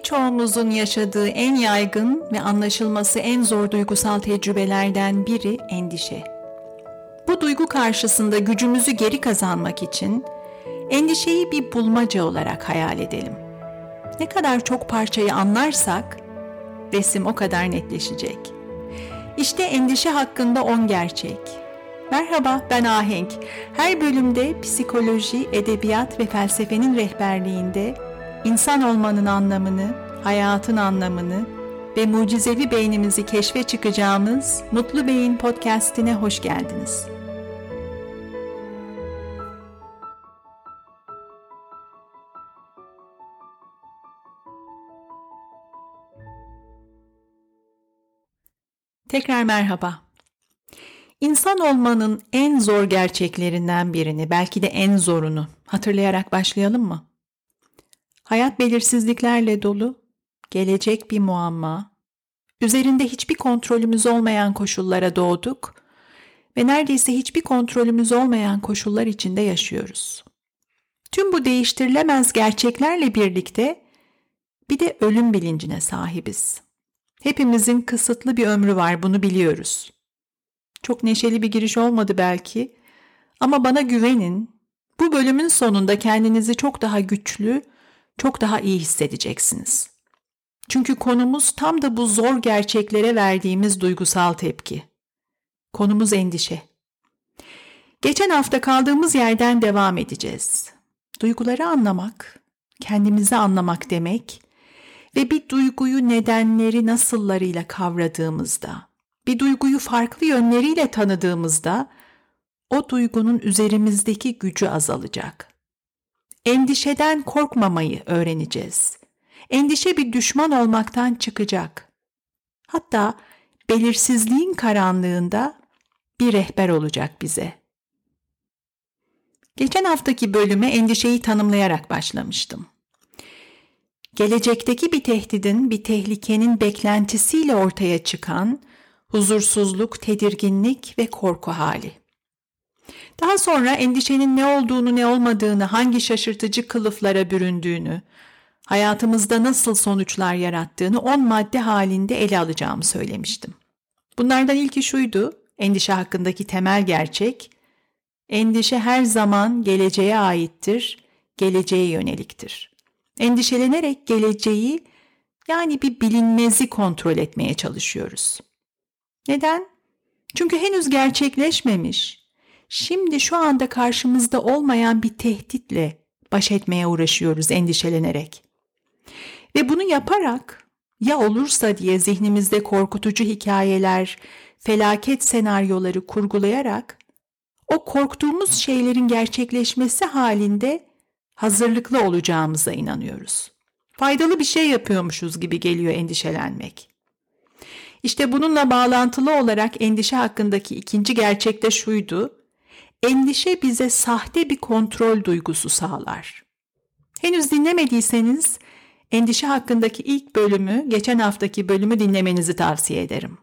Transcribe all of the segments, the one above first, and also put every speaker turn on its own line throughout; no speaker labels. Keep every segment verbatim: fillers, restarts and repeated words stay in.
Birçoğumuzun yaşadığı en yaygın ve anlaşılması en zor duygusal tecrübelerden biri endişe. Bu duygu karşısında gücümüzü geri kazanmak için endişeyi bir bulmaca olarak hayal edelim. Ne kadar çok parçayı anlarsak resim o kadar netleşecek. İşte endişe hakkında on gerçek. Merhaba, ben Ahenk. Her bölümde psikoloji, edebiyat ve felsefenin rehberliğinde insan olmanın anlamını, hayatın anlamını ve mucizevi beynimizi keşfe çıkacağımız Mutlu Beyin Podcast'ine hoş geldiniz. Tekrar merhaba. İnsan olmanın en zor gerçeklerinden birini, belki de en zorunu hatırlayarak başlayalım mı? Hayat belirsizliklerle dolu, gelecek bir muamma, üzerinde hiçbir kontrolümüz olmayan koşullara doğduk ve neredeyse hiçbir kontrolümüz olmayan koşullar içinde yaşıyoruz. Tüm bu değiştirilemez gerçeklerle birlikte bir de ölüm bilincine sahibiz. Hepimizin kısıtlı bir ömrü var, bunu biliyoruz. Çok neşeli bir giriş olmadı belki ama bana güvenin, bu bölümün sonunda kendinizi çok daha güçlü, çok daha iyi hissedeceksiniz. Çünkü konumuz tam da bu zor gerçeklere verdiğimiz duygusal tepki. Konumuz endişe. Geçen hafta kaldığımız yerden devam edeceğiz. Duyguları anlamak, kendimizi anlamak demek ve bir duyguyu nedenleri nasıllarıyla kavradığımızda, bir duyguyu farklı yönleriyle tanıdığımızda o duygunun üzerimizdeki gücü azalacak. Endişeden korkmamayı öğreneceğiz. Endişe bir düşman olmaktan çıkacak. Hatta belirsizliğin karanlığında bir rehber olacak bize. Geçen haftaki bölüme endişeyi tanımlayarak başlamıştım. Gelecekteki bir tehdidin, bir tehlikenin beklentisiyle ortaya çıkan huzursuzluk, tedirginlik ve korku hali. Daha sonra endişenin ne olduğunu, ne olmadığını, hangi şaşırtıcı kılıflara büründüğünü, hayatımızda nasıl sonuçlar yarattığını on madde halinde ele alacağımı söylemiştim. Bunlardan ilki şuydu, endişe hakkındaki temel gerçek, endişe her zaman geleceğe aittir, geleceğe yöneliktir. Endişelenerek geleceği, yani bir bilinmezi kontrol etmeye çalışıyoruz. Neden? Çünkü henüz gerçekleşmemiş, şimdi şu anda karşımızda olmayan bir tehditle baş etmeye uğraşıyoruz endişelenerek. Ve bunu yaparak ya olursa diye zihnimizde korkutucu hikayeler, felaket senaryoları kurgulayarak o korktuğumuz şeylerin gerçekleşmesi halinde hazırlıklı olacağımıza inanıyoruz. Faydalı bir şey yapıyormuşuz gibi geliyor endişelenmek. İşte bununla bağlantılı olarak endişe hakkındaki ikinci gerçek de şuydu. Endişe bize sahte bir kontrol duygusu sağlar. Henüz dinlemediyseniz endişe hakkındaki ilk bölümü, geçen haftaki bölümü dinlemenizi tavsiye ederim.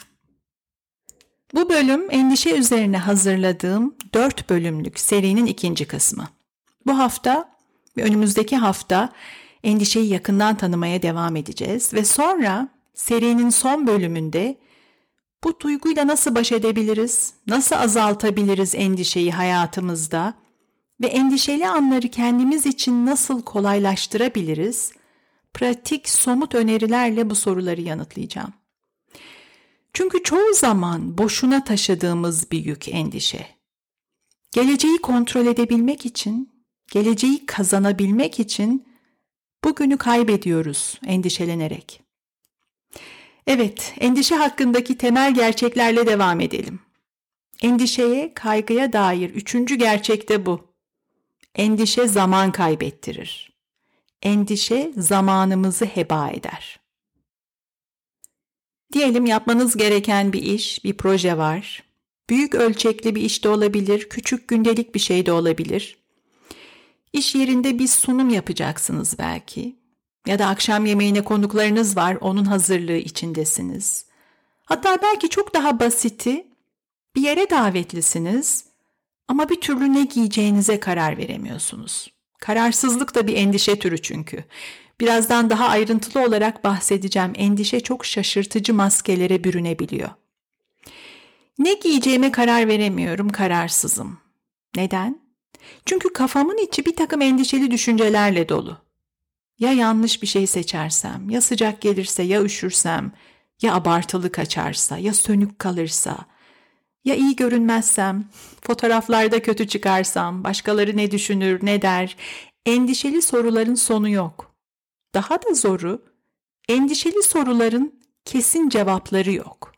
Bu bölüm endişe üzerine hazırladığım dört bölümlük serinin ikinci kısmı. Bu hafta ve önümüzdeki hafta endişeyi yakından tanımaya devam edeceğiz ve sonra serinin son bölümünde bu duyguyla nasıl baş edebiliriz, nasıl azaltabiliriz endişeyi hayatımızda ve endişeli anları kendimiz için nasıl kolaylaştırabiliriz, pratik, somut önerilerle bu soruları yanıtlayacağım. Çünkü çoğu zaman boşuna taşıdığımız bir yük endişe. Geleceği kontrol edebilmek için, geleceği kazanabilmek için bugünü kaybediyoruz endişelenerek. Evet, endişe hakkındaki temel gerçeklerle devam edelim. Endişeye, kaygıya dair üçüncü gerçek de bu. Endişe zaman kaybettirir. Endişe zamanımızı heba eder. Diyelim yapmanız gereken bir iş, bir proje var. Büyük ölçekli bir iş de olabilir, küçük gündelik bir şey de olabilir. İş yerinde bir sunum yapacaksınız belki. Ya da akşam yemeğine konuklarınız var, onun hazırlığı içindesiniz. Hatta belki çok daha basiti, bir yere davetlisiniz ama bir türlü ne giyeceğinize karar veremiyorsunuz. Kararsızlık da bir endişe türü çünkü. Birazdan daha ayrıntılı olarak bahsedeceğim. Endişe çok şaşırtıcı maskelere bürünebiliyor. Ne giyeceğime karar veremiyorum, kararsızım. Neden? Çünkü kafamın içi bir takım endişeli düşüncelerle dolu. Ya yanlış bir şey seçersem, ya sıcak gelirse, ya üşürsem, ya abartılı kaçarsa, ya sönük kalırsa, ya iyi görünmezsem, fotoğraflarda kötü çıkarsam, başkaları ne düşünür, ne der? Endişeli soruların sonu yok. Daha da zoru, endişeli soruların kesin cevapları yok.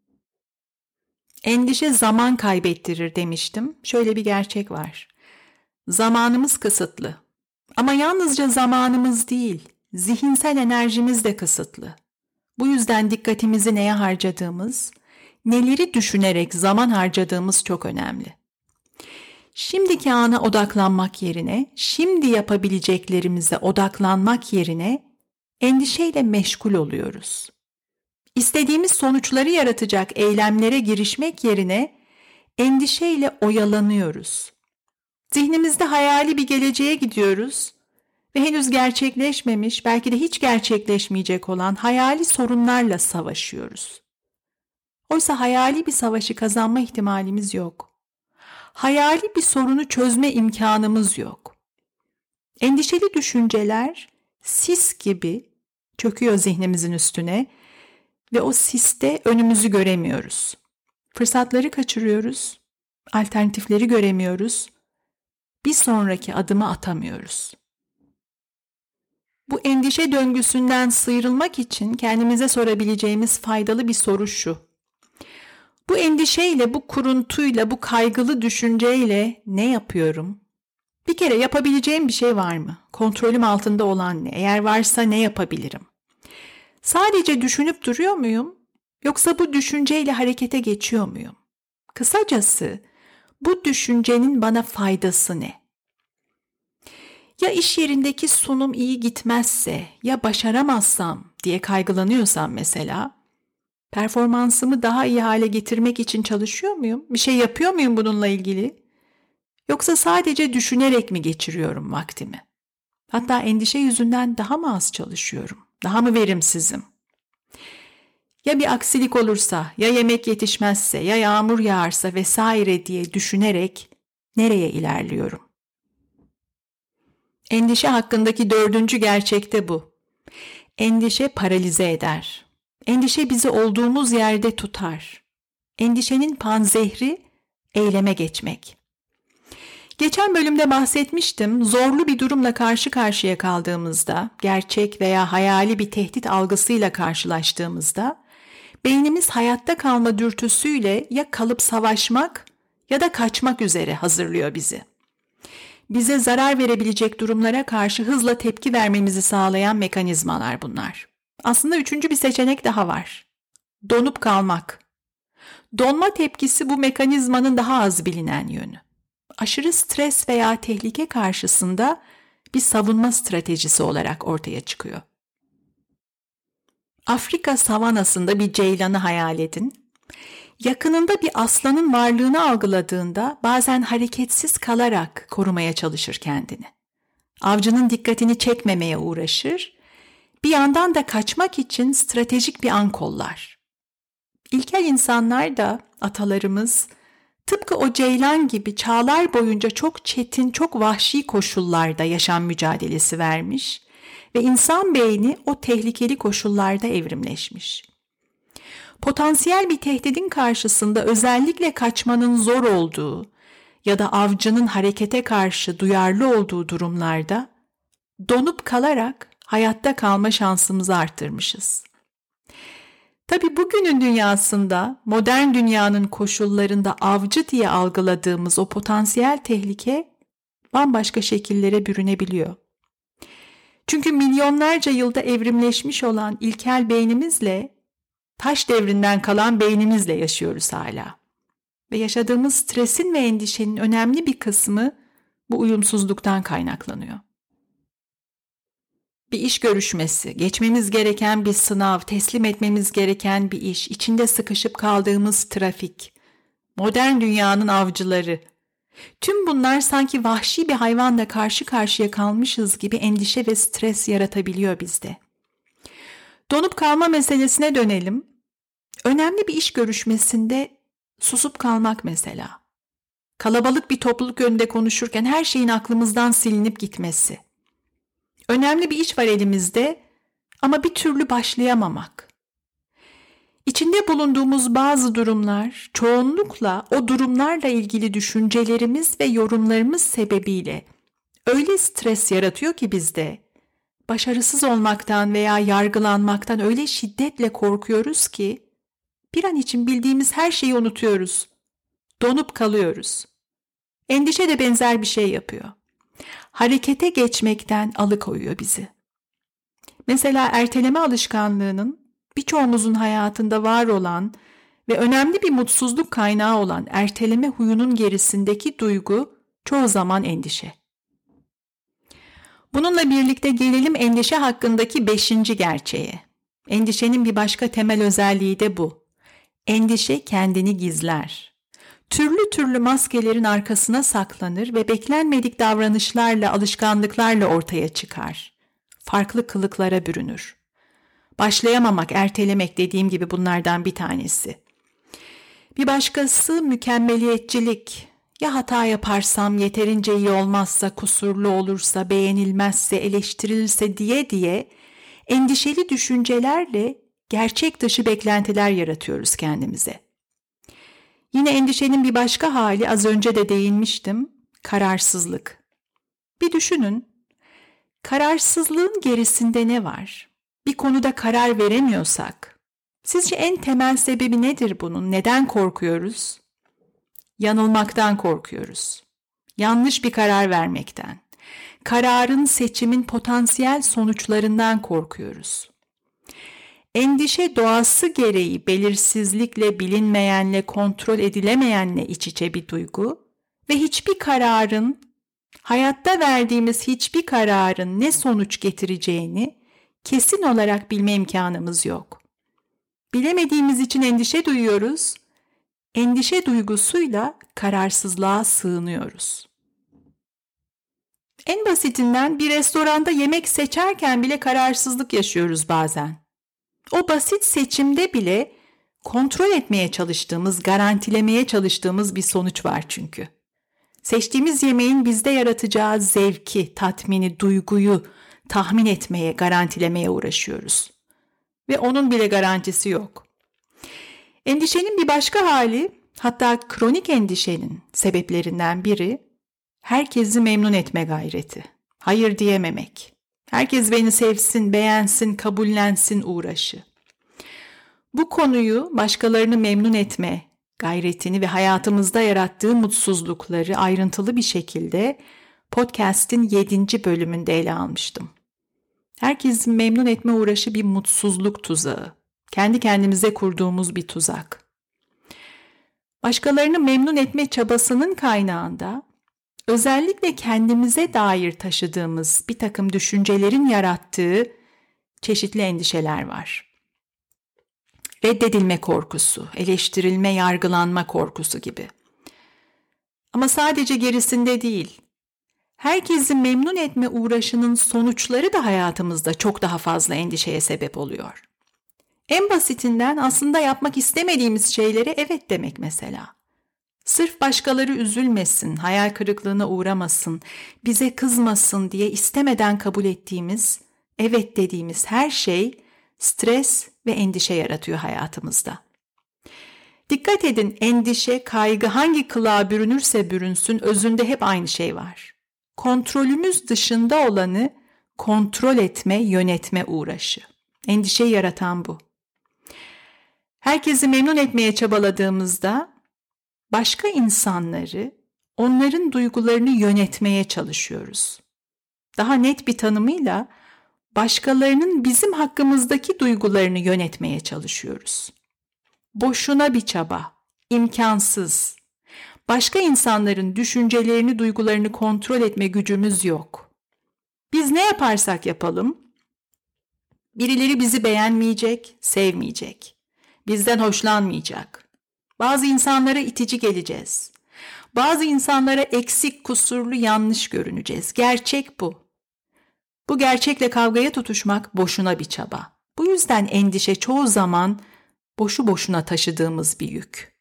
Endişe zaman kaybettirir demiştim. Şöyle bir gerçek var. Zamanımız kısıtlı. Ama yalnızca zamanımız değil, zihinsel enerjimiz de kısıtlı. Bu yüzden dikkatimizi neye harcadığımız, neleri düşünerek zaman harcadığımız çok önemli. Şimdiki ana odaklanmak yerine, şimdi yapabileceklerimize odaklanmak yerine endişeyle meşgul oluyoruz. İstediğimiz sonuçları yaratacak eylemlere girişmek yerine endişeyle oyalanıyoruz. Zihnimizde hayali bir geleceğe gidiyoruz ve henüz gerçekleşmemiş, belki de hiç gerçekleşmeyecek olan hayali sorunlarla savaşıyoruz. Oysa hayali bir savaşı kazanma ihtimalimiz yok. Hayali bir sorunu çözme imkanımız yok. Endişeli düşünceler sis gibi çöküyor zihnimizin üstüne ve o siste önümüzü göremiyoruz. Fırsatları kaçırıyoruz, alternatifleri göremiyoruz, bir sonraki adımı atamıyoruz. Bu endişe döngüsünden sıyrılmak için kendimize sorabileceğimiz faydalı bir soru şu. Bu endişeyle, bu kuruntuyla, bu kaygılı düşünceyle ne yapıyorum? Bir kere yapabileceğim bir şey var mı? Kontrolüm altında olan ne? Eğer varsa ne yapabilirim? Sadece düşünüp duruyor muyum? Yoksa bu düşünceyle harekete geçiyor muyum? Kısacası bu düşüncenin bana faydası ne? Ya iş yerindeki sunum iyi gitmezse, ya başaramazsam diye kaygılanıyorsam mesela, performansımı daha iyi hale getirmek için çalışıyor muyum? Bir şey yapıyor muyum bununla ilgili? Yoksa sadece düşünerek mi geçiriyorum vaktimi? Hatta endişe yüzünden daha mı az çalışıyorum? Daha mı verimsizim? Ya bir aksilik olursa, ya yemek yetişmezse, ya yağmur yağarsa vesaire diye düşünerek nereye ilerliyorum? Endişe hakkındaki dördüncü gerçek de bu. Endişe paralize eder. Endişe bizi olduğumuz yerde tutar. Endişenin panzehri eyleme geçmek. Geçen bölümde bahsetmiştim, zorlu bir durumla karşı karşıya kaldığımızda, gerçek veya hayali bir tehdit algısıyla karşılaştığımızda, beynimiz hayatta kalma dürtüsüyle ya kalıp savaşmak ya da kaçmak üzere hazırlıyor bizi. Bize zarar verebilecek durumlara karşı hızla tepki vermemizi sağlayan mekanizmalar bunlar. Aslında üçüncü bir seçenek daha var. Donup kalmak. Donma tepkisi bu mekanizmanın daha az bilinen yönü. Aşırı stres veya tehlike karşısında bir savunma stratejisi olarak ortaya çıkıyor. Afrika savanasında bir ceylanı hayal edin. Yakınında bir aslanın varlığını algıladığında bazen hareketsiz kalarak korumaya çalışır kendini. Avcının dikkatini çekmemeye uğraşır, bir yandan da kaçmak için stratejik bir an kollar. İlkel insanlar da, atalarımız, tıpkı o ceylan gibi çağlar boyunca çok çetin, çok vahşi koşullarda yaşam mücadelesi vermiş ve insan beyni o tehlikeli koşullarda evrimleşmiş. Potansiyel bir tehdidin karşısında özellikle kaçmanın zor olduğu ya da avcının harekete karşı duyarlı olduğu durumlarda donup kalarak hayatta kalma şansımızı arttırmışız. Tabii bugünün dünyasında, modern dünyanın koşullarında avcı diye algıladığımız o potansiyel tehlike bambaşka şekillere bürünebiliyor. Çünkü milyonlarca yılda evrimleşmiş olan ilkel beynimizle, taş devrinden kalan beynimizle yaşıyoruz hala. Ve yaşadığımız stresin ve endişenin önemli bir kısmı bu uyumsuzluktan kaynaklanıyor. Bir iş görüşmesi, geçmemiz gereken bir sınav, teslim etmemiz gereken bir iş, içinde sıkışıp kaldığımız trafik, modern dünyanın avcıları, Tüm bunlar sanki vahşi bir hayvanla karşı karşıya kalmışız gibi endişe ve stres yaratabiliyor bizde. Donup kalma meselesine dönelim. Önemli bir iş görüşmesinde susup kalmak mesela. Kalabalık bir topluluk önünde konuşurken her şeyin aklımızdan silinip gitmesi. Önemli bir iş var elimizde ama bir türlü başlayamamak. İçinde bulunduğumuz bazı durumlar çoğunlukla o durumlarla ilgili düşüncelerimiz ve yorumlarımız sebebiyle öyle stres yaratıyor ki bizde, başarısız olmaktan veya yargılanmaktan öyle şiddetle korkuyoruz ki bir an için bildiğimiz her şeyi unutuyoruz. Donup kalıyoruz. Endişe de benzer bir şey yapıyor. Harekete geçmekten alıkoyuyor bizi. Mesela erteleme alışkanlığının birçoğumuzun hayatında var olan ve önemli bir mutsuzluk kaynağı olan erteleme huyunun gerisindeki duygu çoğu zaman endişe. Bununla birlikte gelelim endişe hakkındaki beşinci gerçeğe. Endişenin bir başka temel özelliği de bu. Endişe kendini gizler. Türlü türlü maskelerin arkasına saklanır ve beklenmedik davranışlarla, alışkanlıklarla ortaya çıkar. Farklı kılıklara bürünür. Başlayamamak, ertelemek dediğim gibi bunlardan bir tanesi. Bir başkası mükemmeliyetçilik. Ya hata yaparsam, yeterince iyi olmazsa, kusurlu olursa, beğenilmezse, eleştirilirse diye diye endişeli düşüncelerle gerçek dışı beklentiler yaratıyoruz kendimize. Yine endişenin bir başka hali, az önce de değinmiştim, kararsızlık. Bir düşünün, kararsızlığın gerisinde ne var? Bir konuda karar veremiyorsak, sizce en temel sebebi nedir bunun? Neden korkuyoruz? Yanılmaktan korkuyoruz. Yanlış bir karar vermekten. Kararın, seçimin potansiyel sonuçlarından korkuyoruz. Endişe doğası gereği belirsizlikle, bilinmeyenle, kontrol edilemeyenle iç içe bir duygu ve hiçbir kararın, hayatta verdiğimiz hiçbir kararın ne sonuç getireceğini kesin olarak bilme imkanımız yok. Bilemediğimiz için endişe duyuyoruz, endişe duygusuyla kararsızlığa sığınıyoruz. En basitinden bir restoranda yemek seçerken bile kararsızlık yaşıyoruz bazen. O basit seçimde bile kontrol etmeye çalıştığımız, garantilemeye çalıştığımız bir sonuç var çünkü. Seçtiğimiz yemeğin bizde yaratacağı zevki, tatmini, duyguyu tahmin etmeye, garantilemeye uğraşıyoruz. Ve onun bile garantisi yok. Endişenin bir başka hali, hatta kronik endişenin sebeplerinden biri, herkesi memnun etme gayreti. Hayır diyememek. Herkes beni sevsin, beğensin, kabullensin uğraşı. Bu konuyu başkalarını memnun etme gayretini ve hayatımızda yarattığı mutsuzlukları ayrıntılı bir şekilde podcast'in yedinci bölümünde ele almıştım. Herkesi memnun etme uğraşı bir mutsuzluk tuzağı. Kendi kendimize kurduğumuz bir tuzak. Başkalarını memnun etme çabasının kaynağında özellikle kendimize dair taşıdığımız bir takım düşüncelerin yarattığı çeşitli endişeler var. Reddedilme korkusu, eleştirilme, yargılanma korkusu gibi. Ama sadece gerisinde değil, herkesi memnun etme uğraşının sonuçları da hayatımızda çok daha fazla endişeye sebep oluyor. En basitinden aslında yapmak istemediğimiz şeylere evet demek mesela. Sırf başkaları üzülmesin, hayal kırıklığına uğramasın, bize kızmasın diye istemeden kabul ettiğimiz, evet dediğimiz her şey stres ve endişe yaratıyor hayatımızda. Dikkat edin, endişe, kaygı hangi kılığa bürünürse bürünsün özünde hep aynı şey var. Kontrolümüz dışında olanı kontrol etme, yönetme uğraşı. Endişeyi yaratan bu. Herkesi memnun etmeye çabaladığımızda başka insanları, onların duygularını yönetmeye çalışıyoruz. Daha net bir tanımıyla başkalarının bizim hakkımızdaki duygularını yönetmeye çalışıyoruz. Boşuna bir çaba, imkansız. Başka insanların düşüncelerini, duygularını kontrol etme gücümüz yok. Biz ne yaparsak yapalım, birileri bizi beğenmeyecek, sevmeyecek, bizden hoşlanmayacak. Bazı insanlara itici geleceğiz. Bazı insanlara eksik, kusurlu, yanlış görüneceğiz. Gerçek bu. Bu gerçekle kavgaya tutuşmak boşuna bir çaba. Bu yüzden endişe çoğu zaman boşu boşuna taşıdığımız bir yük.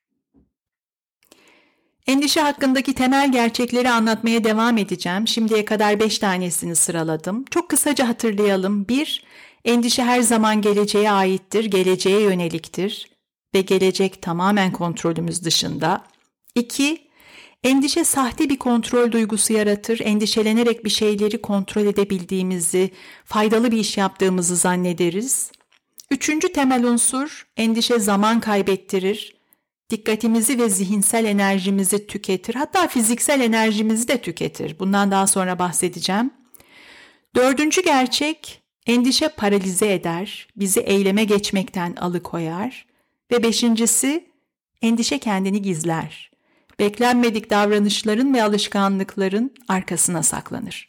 Endişe hakkındaki temel gerçekleri anlatmaya devam edeceğim. Şimdiye kadar beş tanesini sıraladım. Çok kısaca hatırlayalım. bir. Endişe her zaman geleceğe aittir, geleceğe yöneliktir ve gelecek tamamen kontrolümüz dışında. iki. Endişe sahte bir kontrol duygusu yaratır. Endişelenerek bir şeyleri kontrol edebildiğimizi, faydalı bir iş yaptığımızı zannederiz. Üçüncü temel unsur, endişe zaman kaybettirir. Dikkatimizi ve zihinsel enerjimizi tüketir. Hatta fiziksel enerjimizi de tüketir. Bundan daha sonra bahsedeceğim. Dördüncü gerçek, endişe paralize eder, bizi eyleme geçmekten alıkoyar. Ve beşincisi, endişe kendini gizler. Beklenmedik davranışların ve alışkanlıkların arkasına saklanır.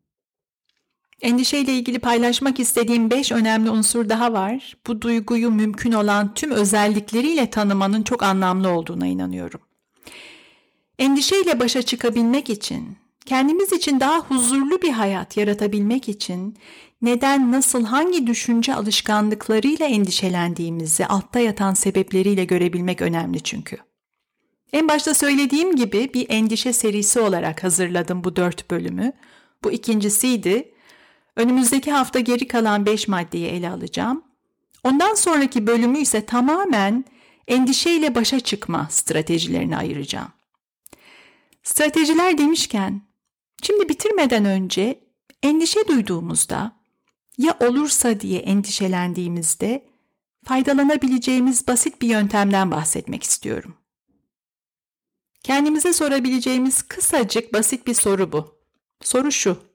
Endişeyle ilgili paylaşmak istediğim beş önemli unsur daha var. Bu duyguyu mümkün olan tüm özellikleriyle tanımanın çok anlamlı olduğuna inanıyorum. Endişeyle başa çıkabilmek için, kendimiz için daha huzurlu bir hayat yaratabilmek için neden, nasıl, hangi düşünce alışkanlıklarıyla endişelendiğimizi altta yatan sebepleriyle görebilmek önemli çünkü. En başta söylediğim gibi bir endişe serisi olarak hazırladım bu dört bölümü. Bu ikincisiydi. Önümüzdeki hafta geri kalan beş maddeyi ele alacağım. Ondan sonraki bölümü ise tamamen endişeyle başa çıkma stratejilerine ayıracağım. Stratejiler demişken, şimdi bitirmeden önce endişe duyduğumuzda, ya olursa diye endişelendiğimizde faydalanabileceğimiz basit bir yöntemden bahsetmek istiyorum. Kendimize sorabileceğimiz kısacık basit bir soru bu. Soru şu: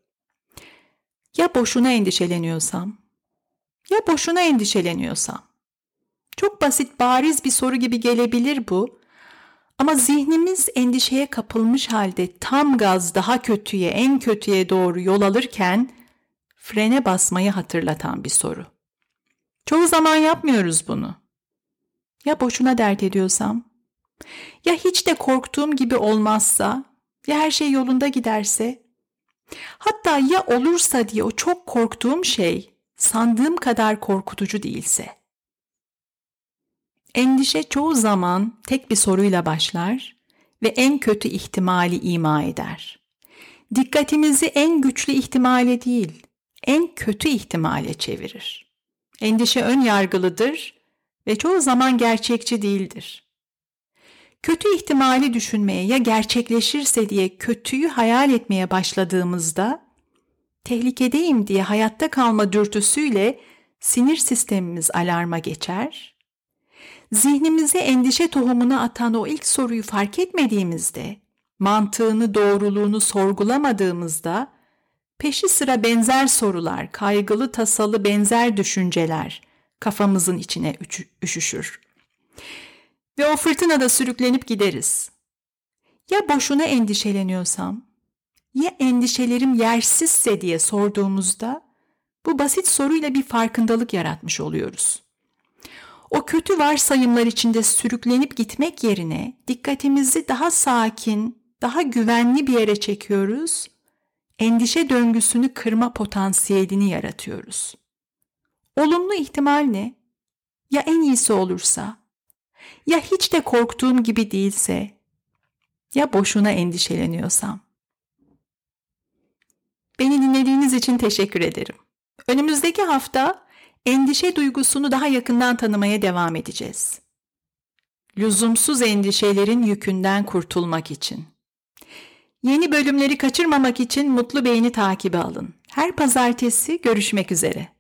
ya boşuna endişeleniyorsam? Ya boşuna endişeleniyorsam? Çok basit, bariz bir soru gibi gelebilir bu. Ama zihnimiz endişeye kapılmış halde tam gaz daha kötüye, en kötüye doğru yol alırken frene basmayı hatırlatan bir soru. Çoğu zaman yapmıyoruz bunu. Ya boşuna dert ediyorsam? Ya hiç de korktuğum gibi olmazsa? Ya her şey yolunda giderse? Hatta ya olursa diye o çok korktuğum şey sandığım kadar korkutucu değilse? Endişe çoğu zaman tek bir soruyla başlar ve en kötü ihtimali ima eder. Dikkatimizi en güçlü ihtimale değil, en kötü ihtimale çevirir. Endişe ön yargılıdır ve çoğu zaman gerçekçi değildir. Kötü ihtimali düşünmeye, ya gerçekleşirse diye kötüyü hayal etmeye başladığımızda, tehlikedeyim diye hayatta kalma dürtüsüyle sinir sistemimiz alarma geçer. Zihnimize endişe tohumunu atan o ilk soruyu fark etmediğimizde, mantığını, doğruluğunu sorgulamadığımızda, peşi sıra benzer sorular, kaygılı, tasalı benzer düşünceler kafamızın içine üşüşür. Ve o fırtınada sürüklenip gideriz. Ya boşuna endişeleniyorsam, ya endişelerim yersizse diye sorduğumuzda, bu basit soruyla bir farkındalık yaratmış oluyoruz. O kötü varsayımlar içinde sürüklenip gitmek yerine dikkatimizi daha sakin, daha güvenli bir yere çekiyoruz, endişe döngüsünü kırma potansiyelini yaratıyoruz. Olumlu ihtimal ne? Ya en iyisi olursa? Ya hiç de korktuğum gibi değilse? Ya boşuna endişeleniyorsam? Beni dinlediğiniz için teşekkür ederim. Önümüzdeki hafta endişe duygusunu daha yakından tanımaya devam edeceğiz. Lüzumsuz endişelerin yükünden kurtulmak için. Yeni bölümleri kaçırmamak için Mutlu Beyni takibe alın. Her pazartesi görüşmek üzere.